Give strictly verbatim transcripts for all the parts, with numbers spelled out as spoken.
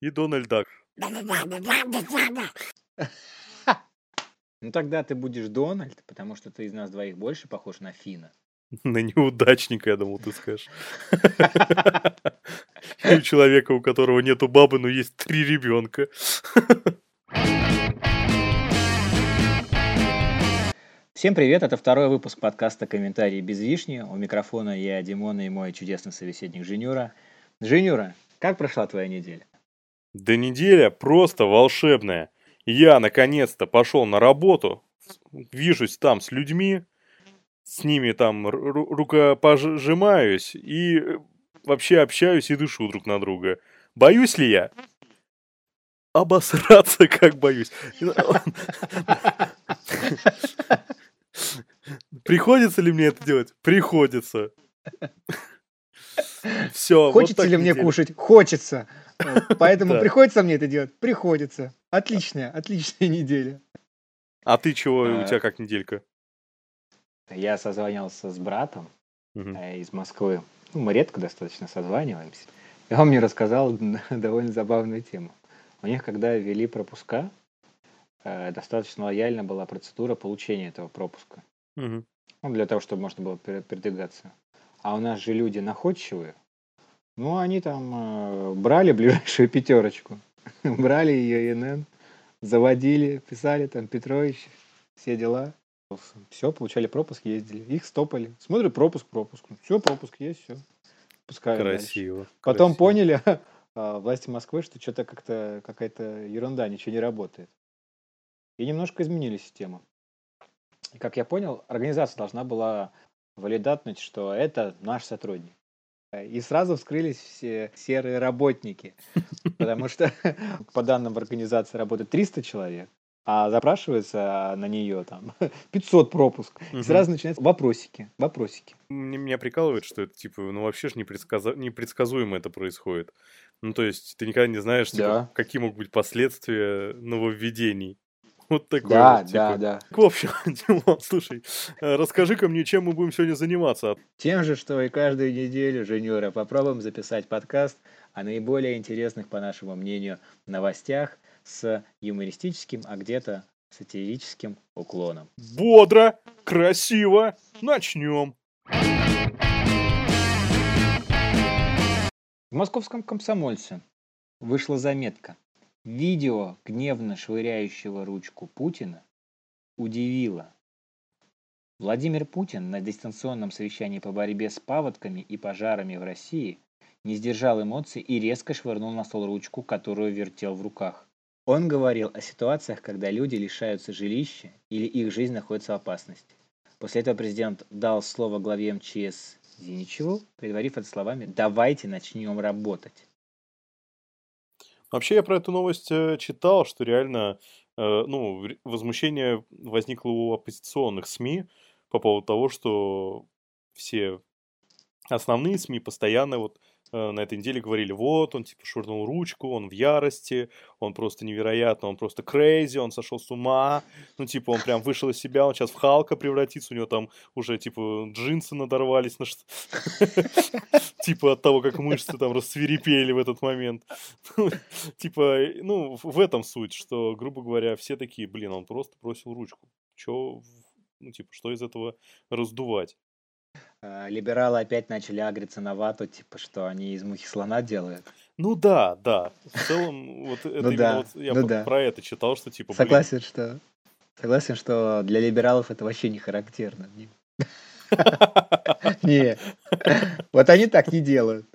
и Дональд Дак. Ну тогда ты будешь Дональд, потому что ты из нас двоих больше похож на Фина. На неудачника, я думал, ты скажешь. И у человека, у которого нету бабы, но есть три ребенка. Всем привет, это второй выпуск подкаста «Комментарии без вишни». У микрофона я, Димон, и мой чудесный собеседник Женюра. Женюра, как прошла твоя неделя? Да неделя просто волшебная. Я, наконец-то, пошел на работу, вижусь там с людьми, с ними там ру- рукопожимаюсь и вообще общаюсь и дышу друг на друга. Боюсь ли я? Обосраться как боюсь. Приходится ли мне это делать? Приходится. Все, вот Хочется так ли мне неделя. кушать? Хочется. Вот, Поэтому Да. приходится мне это делать? Приходится. Отличная, отличная неделя. А ты чего, у А, тебя как неделька? Я созванивался с братом Мгм. э, из Москвы. Ну, мы редко достаточно созваниваемся. И он мне рассказал довольно забавную тему. У них, когда ввели пропуска, э, достаточно лояльна была процедура получения этого пропуска. Мгм. Ну, для того, чтобы можно было пере- передвигаться. А у нас же люди находчивые. Ну, они там э, брали ближайшую пятерочку, брали ее ИНН, заводили, писали там Петрович, все дела. Все, получали пропуск, ездили. Их стопали. Смотрят, пропуск, пропуск. Все, пропуск есть, все. Пускай дальше. Красиво. Потом красиво. поняли, а, власти Москвы, что что-то как-то какая-то ерунда, ничего не работает. И немножко изменили систему. И, как я понял, организация должна была валидатнуть, что это наш сотрудник. И сразу вскрылись все серые работники, потому что по данным организации работает триста человек, а запрашивается на нее там пятьсот пропуск. И Мгм. сразу начинаются вопросики, вопросики. Мне- Меня прикалывает, что это типа, ну вообще ж непредсказа- непредсказуемо это происходит. Ну то есть ты никогда не знаешь, типа, Да. какие могут быть последствия нововведений. Вот такое Да, вот, да, типа. да. В общем, Димон, слушай, э, расскажи-ка мне, чем мы будем сегодня заниматься. Тем же, что и каждую неделю, Женюра, попробуем записать подкаст о наиболее интересных, по нашему мнению, новостях с юмористическим, а где-то сатирическим уклоном. Бодро, красиво, начнем. В московском «Комсомольце» вышла заметка. Видео гневно швыряющего ручку Путина удивило. Владимир Путин на дистанционном совещании по борьбе с паводками и пожарами в России не сдержал эмоций и резко швырнул на стол ручку, которую вертел в руках. Он говорил о ситуациях, когда люди лишаются жилища или их жизнь находится в опасности. После этого президент дал слово главе МЧС Зиничеву, предварив это словами «давайте начнем работать». Вообще я про эту новость э, читал, что реально э, ну, ре- возмущение возникло у оппозиционных СМИ по поводу того, что все основные СМИ постоянно вот э, на этой неделе говорили, вот, он типа швырнул ручку, он в ярости, он просто невероятно, он просто crazy, он сошел с ума, ну, типа, он прям вышел из себя, он сейчас в Халка превратится, у него там уже, типа, джинсы надорвались, на что- типа, от того, как мышцы там рассвирепели в этот момент. Ну, Типа, э, ну, в в этом суть, что, грубо говоря, все такие, блин, он просто бросил ручку. Чё, в- ну, типа, что из этого раздувать? Э, Либералы опять начали агриться на вату, типа, что они из мухи слона делают. Ну да, да. В целом, вот это Ну именно да, вот я ну п- да. про это читал, что типа, блин, Согласен, что согласен, что для либералов это вообще не характерно. Не, не. Вот они так не делают.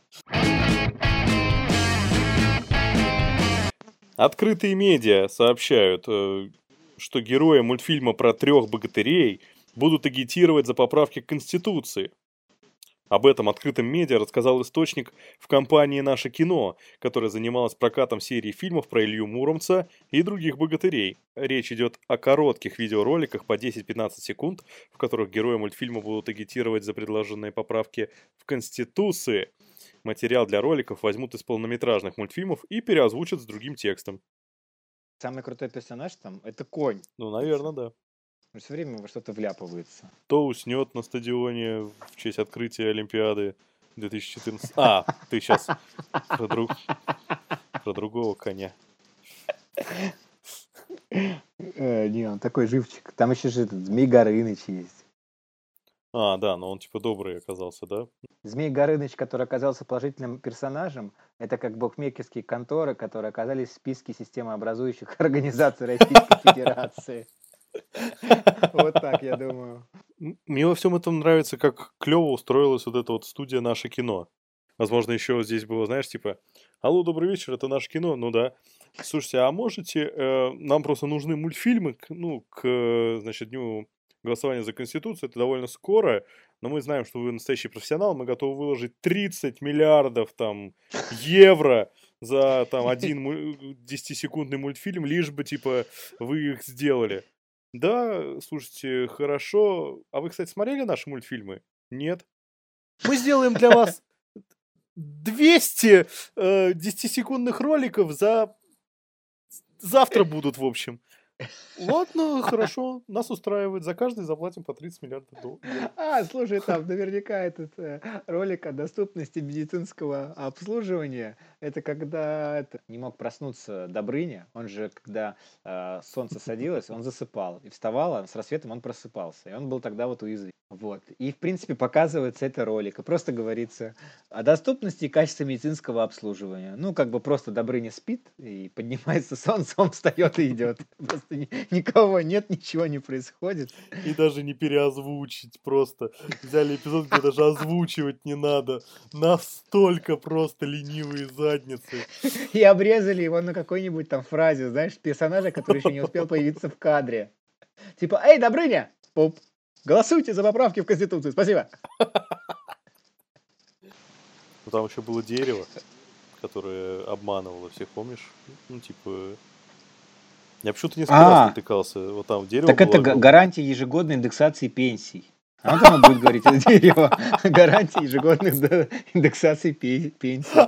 открытые медиа сообщают, э, что герои мультфильма про трех богатырей будут агитировать за поправки к Конституции. Об этом открытым медиа рассказал источник в компании «Наше кино», которая занималась прокатом серии фильмов про Илью Муромца и других богатырей. Речь идет о коротких видеороликах по десять-пятнадцать секунд, в которых герои мультфильма будут агитировать за предложенные поправки в Конституции. Материал для роликов возьмут из полнометражных мультфильмов и переозвучат с другим текстом. Самый крутой персонаж там это конь. Ну, наверное, да. Все время во что-то вляпывается. То уснет на стадионе в честь открытия Олимпиады две тысячи четырнадцать. А, ты сейчас про друг... про другого коня. Э, Не, он такой живчик. Там еще же этот Змей Горыныч есть. А, да, но он типа добрый оказался, да? Змей Горыныч, который оказался положительным персонажем, это как букмекерские конторы, которые оказались в списке системообразующих организаций Российской Федерации. Вот так, я думаю. М, Мне во всем этом нравится, как клево устроилась вот эта вот студия «Наше кино». Возможно, еще здесь было, знаешь, типа, алло, добрый вечер, это наше кино. Ну да. Слушайте, а можете, э, нам просто нужны мультфильмы, к, ну, к, э, значит, дню голосования за Конституцию, это довольно скоро, но мы знаем, что вы настоящий профессионал, мы готовы выложить тридцать миллиардов там евро за там один му- десятисекундный мультфильм, лишь бы, типа, вы их сделали. Да, слушайте, хорошо. А вы, кстати, смотрели наши мультфильмы? Нет. Мы сделаем для вас двести э, десятисекундных роликов за завтра будут, в общем. Ладно, хорошо, нас устраивает. За каждый заплатим по тридцать миллиардов дол- евро. А, слушай, там наверняка этот э, ролик о доступности медицинского обслуживания. Это когда это, не мог проснуться Добрыня. Он же, когда э, солнце садилось, он засыпал. И вставал, а с рассветом он просыпался. И он был тогда вот уязвим. Вот. И, в принципе, показывается это ролик. И просто говорится о доступности и качестве медицинского обслуживания. Ну, как бы просто Добрыня спит, и поднимается солнце, он встает и идет. Просто ни- никого нет, ничего не происходит. И даже не переозвучить просто. Взяли эпизод, где даже озвучивать не надо. Настолько просто ленивые задницы. И обрезали его на какой-нибудь там фразе, знаешь, персонажа, который еще не успел появиться в кадре. Типа, эй, Добрыня! Пуп, голосуйте за поправки в Конституцию, спасибо. Ну, там еще было дерево, которое обманывало всех, помнишь? Ну, типа... Я почему-то несколько раз А, натыкался. Вот там дерево так это было га- огромное. гарантия ежегодной индексации пенсий. А вот оно будет говорить, это дерево. Гарантия ежегодных да, индексаций пе- пенсий.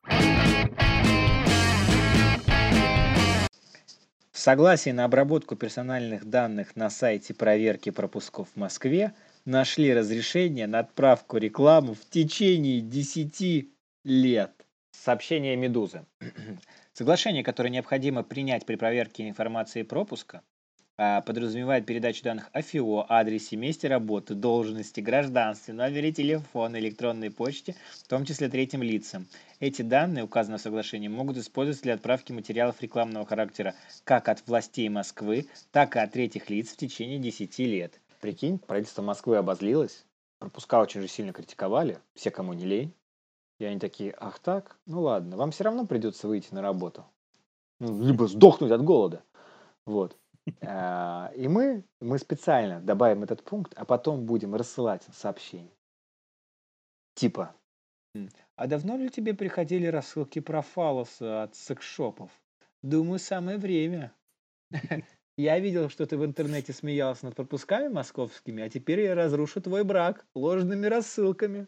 В согласии на обработку персональных данных на сайте проверки пропусков в Москве нашли разрешение на отправку рекламы в течение десяти лет. Сообщение «Медузы». Соглашение, которое необходимо принять при проверке информации пропуска, а, подразумевает передачу данных о ФИО, адресе, месте работы, должности, гражданстве, номере телефона, электронной почте, в том числе третьим лицам. Эти данные, указанные в соглашении, могут использоваться для отправки материалов рекламного характера как от властей Москвы, так и от третьих лиц в течение десяти лет. Прикинь, правительство Москвы обозлилось, пропуска очень же сильно критиковали, все, кому не лень. И они такие, ах так, ну ладно, вам все равно придется выйти на работу. Ну, либо сдохнуть от голода. Вот. А, И мы, мы специально добавим этот пункт, а потом будем рассылать сообщения. Типа, м, а давно ли тебе приходили рассылки про фалосы от секс-шопов? Думаю, самое время. Я видел, что ты в интернете смеялся над пропусками московскими, а теперь я разрушу твой брак ложными рассылками.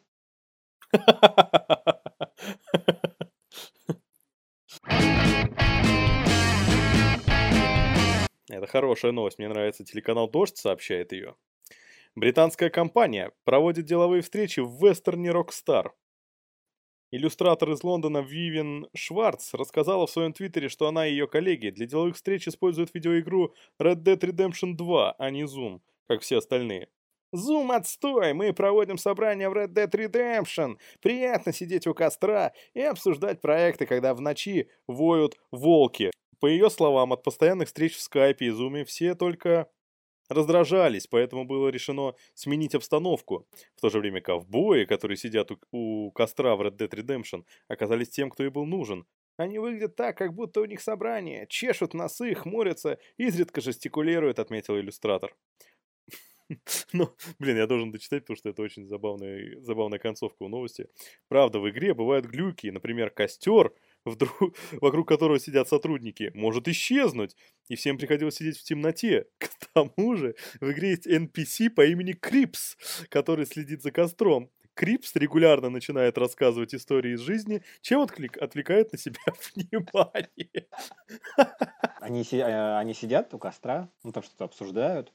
Это хорошая новость. Мне нравится. Телеканал «Дождь» сообщает ее. Британская компания проводит деловые встречи в вестерне «Рокстар». Иллюстратор из Лондона Вивен Шварц рассказала в своем твиттере, что она и ее коллеги для деловых встреч используют видеоигру Red Dead Redemption два, а не Zoom, как все остальные. Zoom отстой! Мы проводим собрание в Red Dead Redemption. Приятно сидеть у костра и обсуждать проекты, когда в ночи воют волки. По ее словам, от постоянных встреч в скайпе и зуме все только раздражались, поэтому было решено сменить обстановку. В то же время ковбои, которые сидят у, у костра в Red Dead Redemption, оказались тем, кто и был нужен. Они выглядят так, как будто у них собрание, чешут носы, хмурятся, изредка жестикулируют, отметил иллюстратор. Ну, блин, я должен дочитать, потому что это очень забавная, забавная концовка у новости. Правда, в игре бывают глюки. Например, костер, вдруг, вокруг которого сидят сотрудники, может исчезнуть. И всем приходилось сидеть в темноте. К тому же, в игре есть эн пи си по имени Крипс, который следит за костром. Крипс регулярно начинает рассказывать истории из жизни, чем отклик, отвлекает на себя внимание. Они, си- э, они сидят у костра, ну там что-то обсуждают.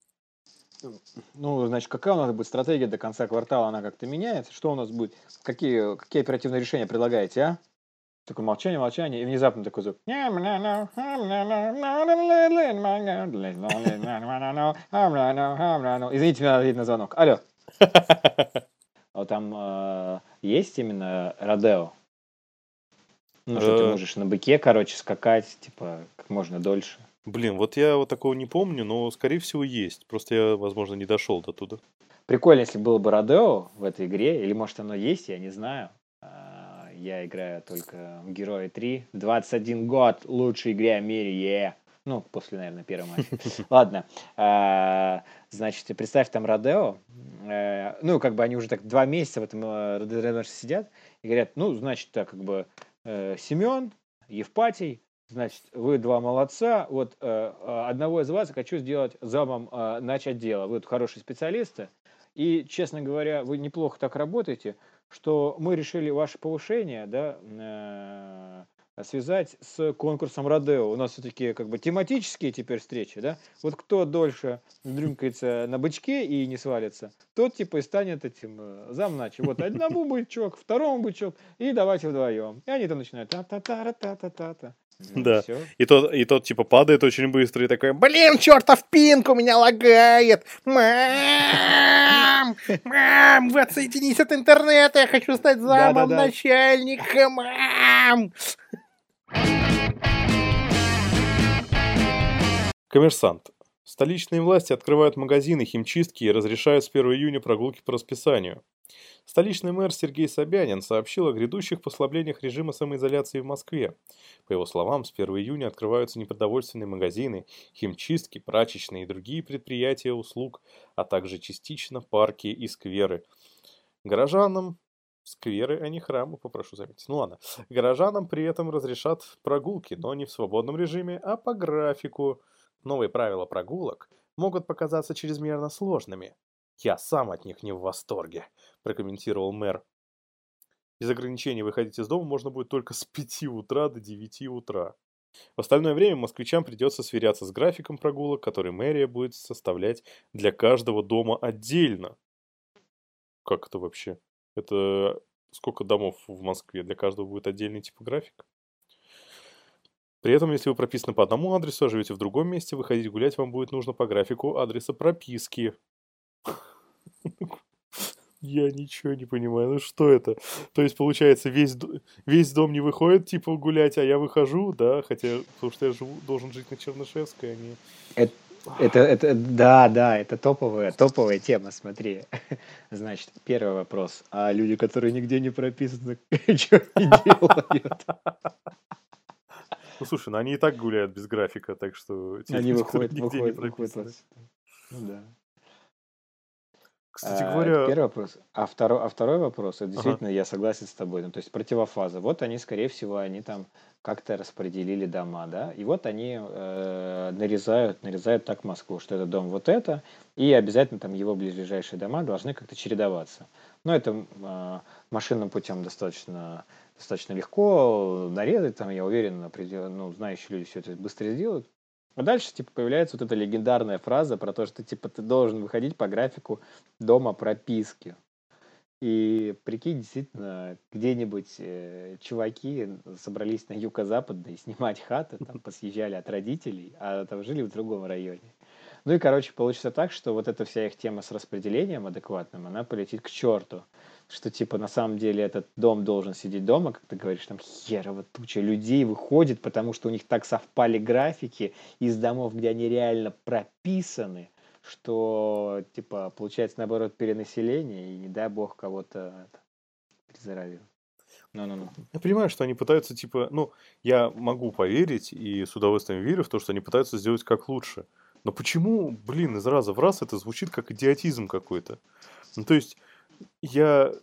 Ну, значит, какая у нас будет стратегия до конца квартала, она как-то меняется? Что у нас будет? Какие, какие оперативные решения предлагаете, а? Такое молчание, молчание, и внезапно такой звук. Извините, мне надо ответить на звонок. Алло. А там э, есть именно Родео? Ну, что ты Э, можешь на быке, короче, скакать, типа, как можно дольше. Блин, вот я вот такого не помню, но, скорее всего, есть. Просто я, возможно, не дошел до туда. Прикольно, если было бы Родео в этой игре, или, может, оно есть, я не знаю. А, Я играю только в Герои три. двадцать один год, лучшей игре в мире, е. Ну, после, наверное, первого матча. Ладно. А, Значит, представь там Родео. Э, Ну, как бы они уже так два месяца в этом э, Red Dead Redemption сидят и говорят, ну, значит, так, как бы э, Семен, Евпатий, значит, вы два молодца. Вот э, э, одного из вас я хочу сделать замом э, начать дело. Вы вот хорошие специалисты. И, честно говоря, вы неплохо так работаете, что мы решили ваше повышение, да, э, связать с конкурсом Родео. У нас все-таки как бы тематические теперь встречи, да. Вот кто дольше дрюмкается на бычке и не свалится, тот типа и станет этим э, замначем. Вот одному бычок, второму бычок, и давайте вдвоем. И они там начинают та-та-та-та-та-та-та. Ну и Да. все. И тот, и тот, типа, падает очень быстро и такой, блин, чертов пинг, у меня лагает. Мам! Мам, вы отсоединись от интернета, я хочу стать замом Да-да-да. начальника, мам! Коммерсант. Столичные власти открывают магазины, химчистки и разрешают с первого июня прогулки по расписанию. Столичный мэр Сергей Собянин сообщил о грядущих послаблениях режима самоизоляции в Москве. По его словам, с первого июня открываются непродовольственные магазины, химчистки, прачечные и другие предприятия услуг, а также частично парки и скверы. Горожанам скверы, а не храмы, попрошу заметить. Ну ладно. Горожанам при этом разрешат прогулки, но не в свободном режиме, а по графику. Новые правила прогулок могут показаться чрезмерно сложными. Я сам от них не в восторге, прокомментировал мэр. Без ограничений выходить из дома можно будет только с пяти утра до девяти утра. В остальное время москвичам придется сверяться с графиком прогулок, который мэрия будет составлять для каждого дома отдельно. Как это вообще? Это сколько домов в Москве? Для каждого будет отдельный типографик? При этом, если вы прописаны по одному адресу, а живете в другом месте, выходить гулять вам будет нужно по графику адреса прописки. Я ничего не понимаю, ну что это? То есть, получается, весь, весь дом не выходит, типа, гулять, а я выхожу, да? Хотя, потому что я живу, должен жить на Чернышевской, а не... Это, это, это, да, да, это топовая, топовая тема, смотри. Значит, первый вопрос. А люди, которые нигде не прописаны, что они делают? Ну, слушай, ну они и так гуляют без графика, так что... те Они люди, выходят, нигде выходят, не выходят. прописаны. Ну да. Кстати А, говоря... это первый вопрос. А второй, а второй вопрос, это Ага. действительно, я согласен с тобой, ну, то есть противофаза. Вот они, скорее всего, они там как-то распределили дома, да, и вот они э, нарезают, нарезают так Москву, что это дом вот это, и обязательно там его ближайшие дома должны как-то чередоваться. Но это э, машинным путем достаточно, достаточно легко нарезать, там, я уверен, определенно, ну, знающие люди все это быстро сделают. А дальше, типа, появляется вот эта легендарная фраза про то, что, типа, ты должен выходить по графику дома прописки. И прикинь, действительно, где-нибудь э, чуваки собрались на юго-западной снимать хаты, там, посъезжали от родителей, а там жили в другом районе. Ну и, короче, получится так, что вот эта вся их тема с распределением адекватным, она полетит к черту. Что, типа, на самом деле этот дом должен сидеть дома, как ты говоришь, там херово туча людей выходит, потому что у них так совпали графики из домов, где они реально прописаны, что, типа, получается, наоборот, перенаселение, и не дай бог кого-то это, перезаразил. Ну-ну-ну. Я понимаю, что они пытаются, типа, ну, я могу поверить и с удовольствием верю в то, что они пытаются сделать как лучше. Но почему, блин, из раза в раз это звучит как идиотизм какой-то? Ну, то есть, я,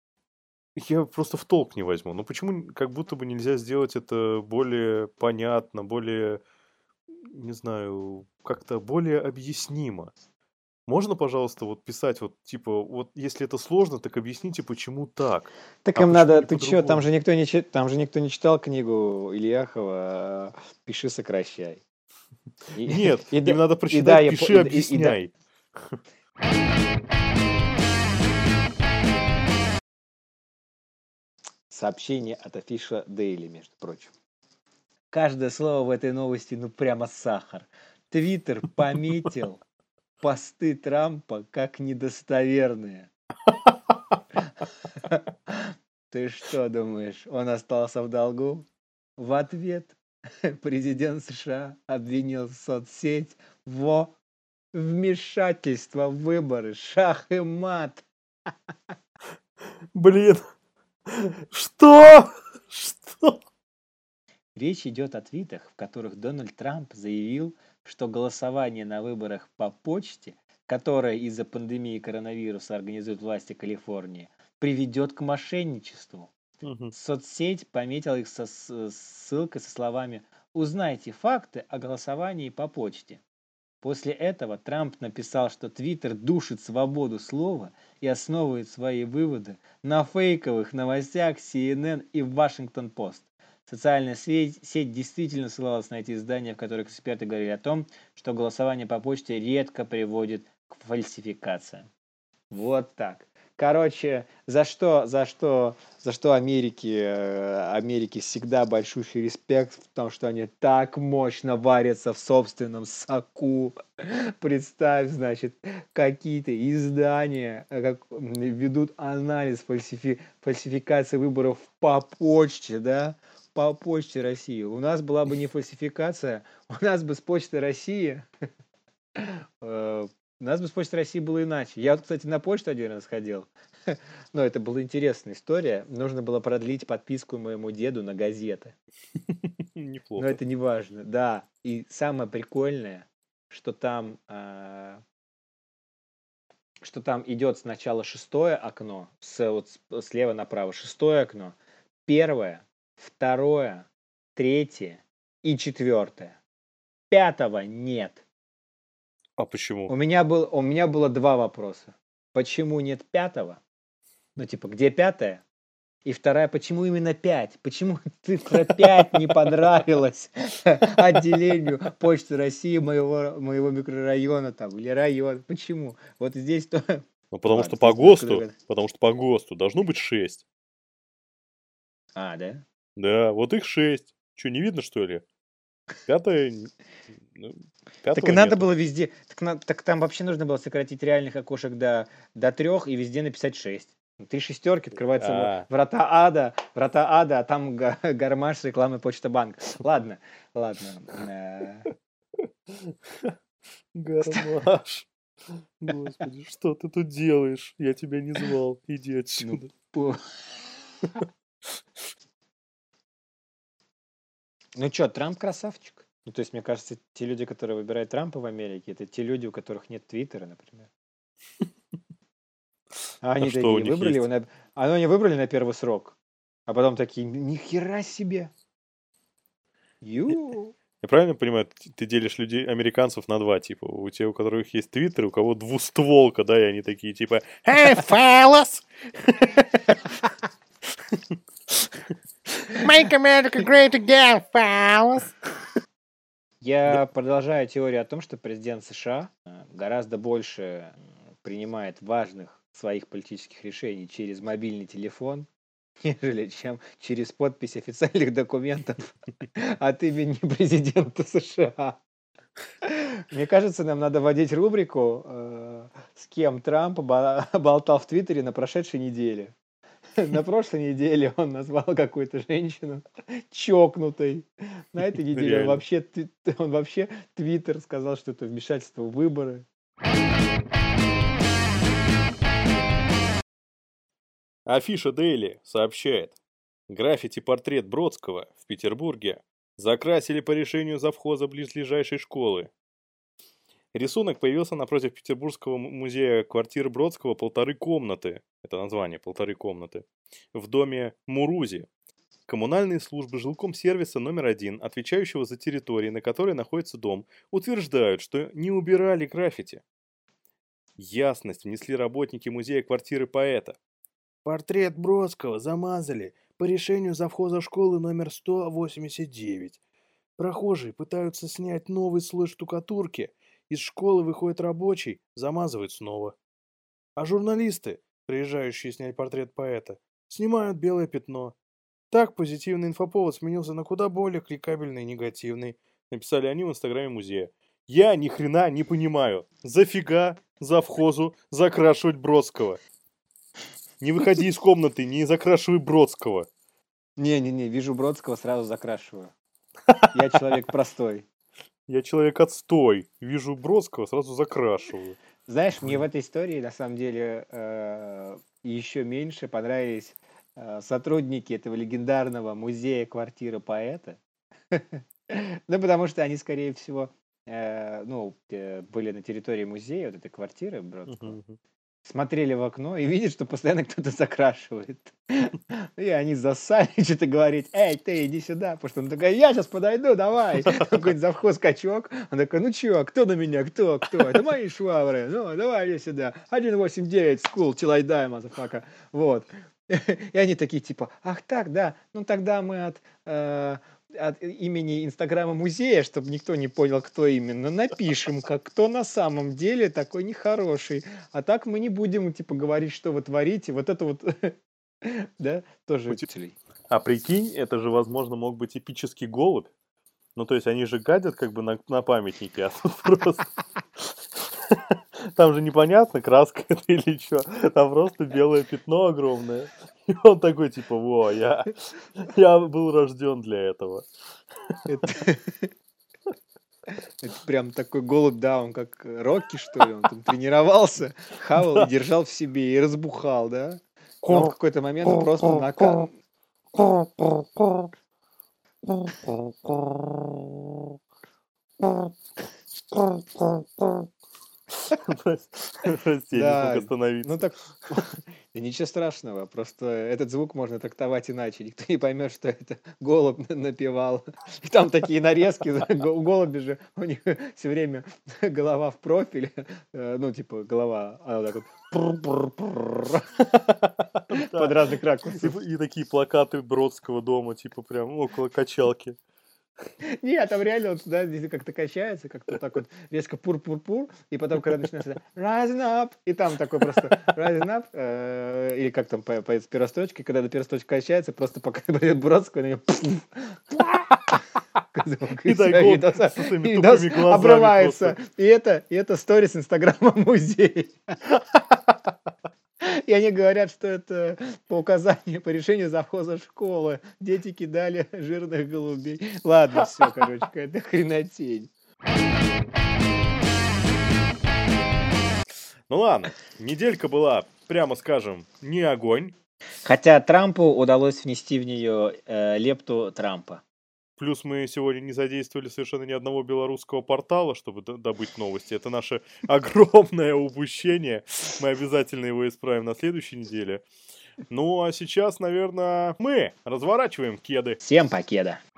я просто в толк не возьму. Ну, почему как будто бы нельзя сделать это более понятно, более, не знаю, как-то более объяснимо? Можно, пожалуйста, вот писать вот, типа, вот если это сложно, так объясните, почему так. Так А им почему надо, не ты чё, там по-другому? же никто не, чи- там же никто не читал книгу Ильяхова а, «Пиши, сокращай». И, Нет, и, да, им надо и да, прочитать, я, по- пиши, и, да- и- и да, объясняй. Сообщение от Афиша Дейли, между прочим. Каждое слово в этой новости, ну прямо сахар. Твиттер пометил посты Трампа как недостоверные. Ты что думаешь, он остался в долгу? В ответ президент США обвинил соцсеть во вмешательство в выборы. Шах и мат. Блин. Что? Что? Речь идет о твитах, в которых Дональд Трамп заявил, что голосование на выборах по почте, которое из-за пандемии коронавируса организуют власти Калифорнии, приведет к мошенничеству. Мгм. Соцсеть пометила их со с- ссылкой со словами «Узнайте факты о голосовании по почте». После этого Трамп написал, что Твиттер душит свободу слова и основывает свои выводы на фейковых новостях си эн эн и Вашингтон Пост. Социальная сеть, сеть действительно ссылалась на эти издания, в которых эксперты говорили о том, что голосование по почте редко приводит к фальсификациям. Вот так. Короче, за что, за что, за что Америке, э, Америке всегда большущий респект в том, что они так мощно варятся в собственном соку. Представь, значит, какие-то издания э, как, м, ведут анализ фальсифи- фальсификации выборов по почте, да? По почте России. У нас была бы не фальсификация, у нас бы с почты России Э, у нас бы с Почтой России было иначе. Я вот, кстати, на почту один раз ходил. Но это была интересная история. Нужно было продлить подписку моему деду на газеты. Но Неплохо. это не важно. Да. И самое прикольное, что там, а, что там идет сначала шестое окно, с, вот с- слева направо шестое окно, первое, второе, третье и четвертое. Пятого нет. А У почему? меня, был, у меня было два вопроса. Почему нет пятого? Ну, типа, где пятое? И вторая, почему именно пять? Почему цифра пять не понравилась отделению Почты России моего, моего микрорайона там, или района? Почему? Вот здесь то... Ну, потому Ладно, что по здесь немножко ГОСТу, другая. потому что по ГОСТу должно быть шесть. А, да? Да, вот их шесть. Что, не видно, что ли? Пятое... н- ну, Так Пятого и надо нету. было везде... Так, на- так там вообще нужно было сократить реальных окошек до, до трех и везде написать шесть. Три шестерки, открываются в- А, врата ада, врата ада, а там га- гармаш рекламы Почта Банк. Ладно, ладно. э, гармаш. Господи, что ты тут делаешь? Я тебя не звал. Иди Ну, отсюда. пу- ну что, Трамп красавчик. Ну, то есть, мне кажется, те люди, которые выбирают Трампа в Америке, это те люди, у которых нет Твиттера, например. А А они что у такие, них выбрали его есть? на... А ну, они выбрали на первый срок. А потом такие, ни хера себе. Я Ю. я правильно понимаю, т- ты делишь людей, американцев на два типа? У тех, у которых есть твиттер, у кого двустволка, да, и они такие типа «Hey, fellas! Make America great again, fellas!» Да. Я продолжаю теорию о том, что президент США э, гораздо больше м, принимает важных своих политических решений через мобильный телефон, нежели чем через подпись официальных документов от имени президента США. Мне кажется, нам надо вводить рубрику, э, с кем Трамп ба- болтал в Твиттере на прошедшей неделе. На прошлой неделе он назвал какую-то женщину чокнутой. На этой неделе он Реально. вообще, тви- он вообще Твиттер сказал, что это вмешательство в выборы. Афиша Дейли сообщает. Граффити-портрет Бродского в Петербурге закрасили по решению завхоза близлежащей школы. Рисунок появился напротив Петербургского м- музея квартиры Бродского «Полторы комнаты». Это название «Полторы комнаты». В доме Мурузи. Коммунальные службы жилкомсервиса номер один, отвечающего за территории, на которой находится дом, утверждают, что не убирали граффити. Ясность внесли работники музея квартиры поэта. Портрет Бродского замазали по решению завхоза школы номер сто восемьдесят девять. Прохожие пытаются снять новый слой штукатурки. Из школы выходит рабочий, замазывает снова. А журналисты, приезжающие снять портрет поэта, снимают белое пятно Так позитивный инфоповод сменился на куда более кликабельный и негативный. Написали они в инстаграме музея. Я ни хрена не понимаю. Зафига завхозу закрашивать Бродского? Не выходи из комнаты, не закрашивай Бродского. Не-не-не, вижу Бродского, сразу закрашиваю. Я человек простой. Я человек отстой. Вижу Бродского, сразу закрашиваю. Знаешь, мне в этой истории, на самом деле, э, еще меньше понравились э, сотрудники этого легендарного музея квартиры поэта. Ну, потому что они, скорее всего, э, ну, э, были на территории музея, вот этой квартиры Бродского, Мгм, мгм. смотрели в окно и видят, что постоянно кто-то закрашивает. И они засали что-то говорить: эй, ты, иди сюда. Потому что он такой: я сейчас подойду, давай. Какой-нибудь завхоз качок. Он такой: ну чё, кто на меня, кто, кто? Это мои швабры. Ну, давай иди сюда. один восемь девять, school, till I die, motherfucker. Вот. И они такие типа: ах так, да, ну тогда мы от, э, от имени инстаграма музея, чтобы никто не понял, кто именно, напишем, как кто на самом деле такой нехороший. А так мы не будем типа говорить, что вы творите. Вот это вот, да, тоже. Пути- А прикинь, это же, возможно, мог быть эпический голубь. Ну, то есть они же гадят как бы на, на памятнике, а тут просто... Там же непонятно, краска это или что. Там просто белое пятно огромное. И он такой, типа, во, я, я был рожден для этого. Это, это прям такой голубь, да, он как Рокки, что ли, он там тренировался, хавал и держал в себе, и разбухал, да? Но он в какой-то момент просто нака... Прости, я не смог остановиться. Ну так, да ничего страшного, просто этот звук можно трактовать иначе. Никто не поймет, что это голубь напевал. И там такие нарезки, у голуби же, у них все время голова в профиле, ну типа голова, она вот так вот под разных ракурсов. И такие плакаты Бродского дома, типа прям около качалки. Нет, там реально вот, да, здесь как-то качается, как-то так вот резко пур-пур-пур, и потом, когда начинается rising up, и там такой просто rising up, э, или как там по, по перестрочке, когда до перестрочки качается, просто пока Бродского на нее обрывается. И это, и это сторис инстаграма музея. И они говорят, что это по указанию, по решению завхоза школы. Дети кидали жирных голубей. Ладно, все, короче, какая-то хренотень. Ну ладно, неделька была, прямо скажем, не огонь. Хотя Трампу удалось внести в нее э, лепту Трампа. Плюс мы сегодня не задействовали совершенно ни одного белорусского портала, чтобы добыть новости. Это наше огромное упущение. Мы обязательно его исправим на следующей неделе. Ну, а сейчас, наверное, мы разворачиваем кеды. Всем покеда.